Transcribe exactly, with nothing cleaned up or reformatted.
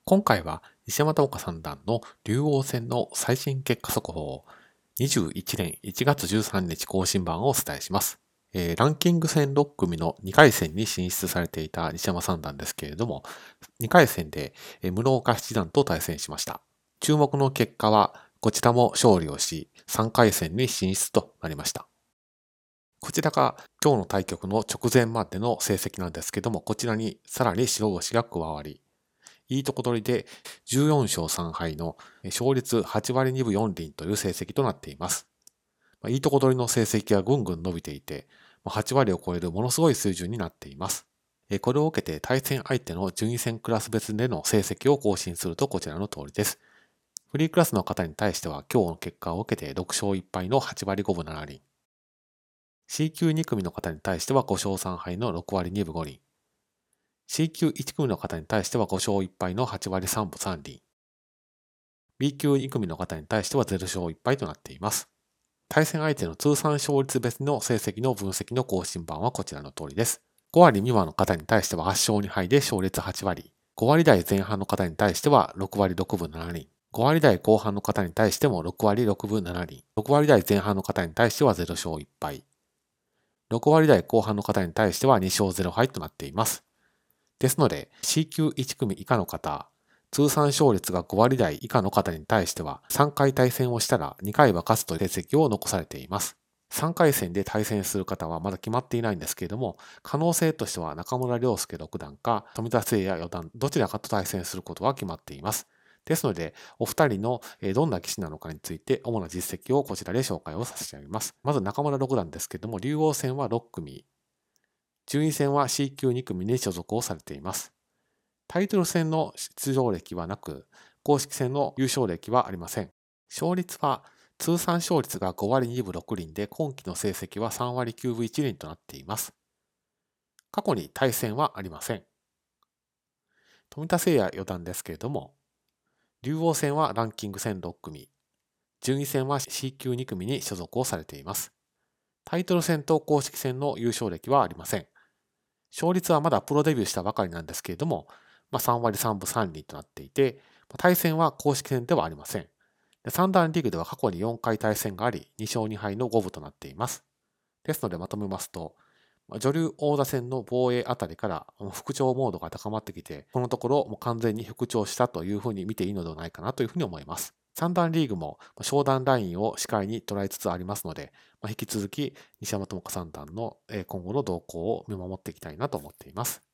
今回は西山智子三段の竜王戦の最新結果速報をにじゅういちねんいちがつじゅうさんにち更新版をお伝えします。えーランキング戦ろっくみのにかい戦に進出されていた西山三段ですけれども、にかい戦でえー室岡七段と対戦しました。注目の結果はこちらも勝利をし、さんかい戦に進出となりました。こちらが今日の対局の直前までの成績なんですけども、こちらにさらに白星が加わり、いいとこ取りでじゅうよん勝さん敗の勝率はち割にぶよん厘という成績となっています。いいとこ取りの成績がぐんぐん伸びていて、はち割を超えるものすごい水準になっています。これを受けて対戦相手の順位戦クラス別での成績を更新するとこちらの通りです。フリークラスの方に対しては今日の結果を受けてろく勝いっ敗のはち割ごぶなな厘。C 級に組の方に対してはご勝さん敗のろく割にぶご厘。C 級いち組の方に対してはご勝いっ敗のはち割さんぶさん厘。B 級に組の方に対してはゼロ勝いっ敗となっています。対戦相手の通算勝率別の成績の分析の更新版はこちらの通りです。ご割未満の方に対してははち勝に敗で勝率はち割。ご割台前半の方に対してはろく割ろくぶなな厘。ご割台後半の方に対してもろく割ろくぶなな厘。ろく割台前半の方に対してはゼロ勝いっ敗。ろく割台後半の方に対してはに勝ゼロ敗となっています。ですので C 級いち組以下の方、通算勝率がご割台以下の方に対してはさんかい対戦をしたらにかいは勝つという成績を残されています。さんかい戦で対戦する方はまだ決まっていないんですけれども、可能性としては中村良介六段か富田誠也四段どちらかと対戦することは決まっています。ですので、お二人のどんな棋士なのかについて主な実績をこちらで紹介をさせてあげます。まず中村六段ですけれども、竜王戦はろっ組、順位戦は C 級に組に所属をされています。タイトル戦の出場歴はなく、公式戦の優勝歴はありません。勝率は通算勝率がご割にぶろく厘で、今期の成績はさん割きゅうぶいち厘となっています。過去に対戦はありません。富田誠也四段ですけれども、竜王戦はランキング戦ろっ組、順位戦は C 級に組に所属をされています。タイトル戦と公式戦の優勝歴はありません。勝率はまだプロデビューしたばかりなんですけれども、まあ、さん割さんぶさん厘となっていて、対戦は公式戦ではありません。三段リーグでは過去によんかい対戦があり、に勝に敗の五分となっています。ですのでまとめますと、女流王座戦の防衛あたりから復調モードが高まってきて、このところもう完全に復調したというふうに見ていいのではないかなというふうに思います。三段リーグも昇段ラインを視界に捉えつつありますので、引き続き西山智子三段の今後の動向を見守っていきたいなと思っています。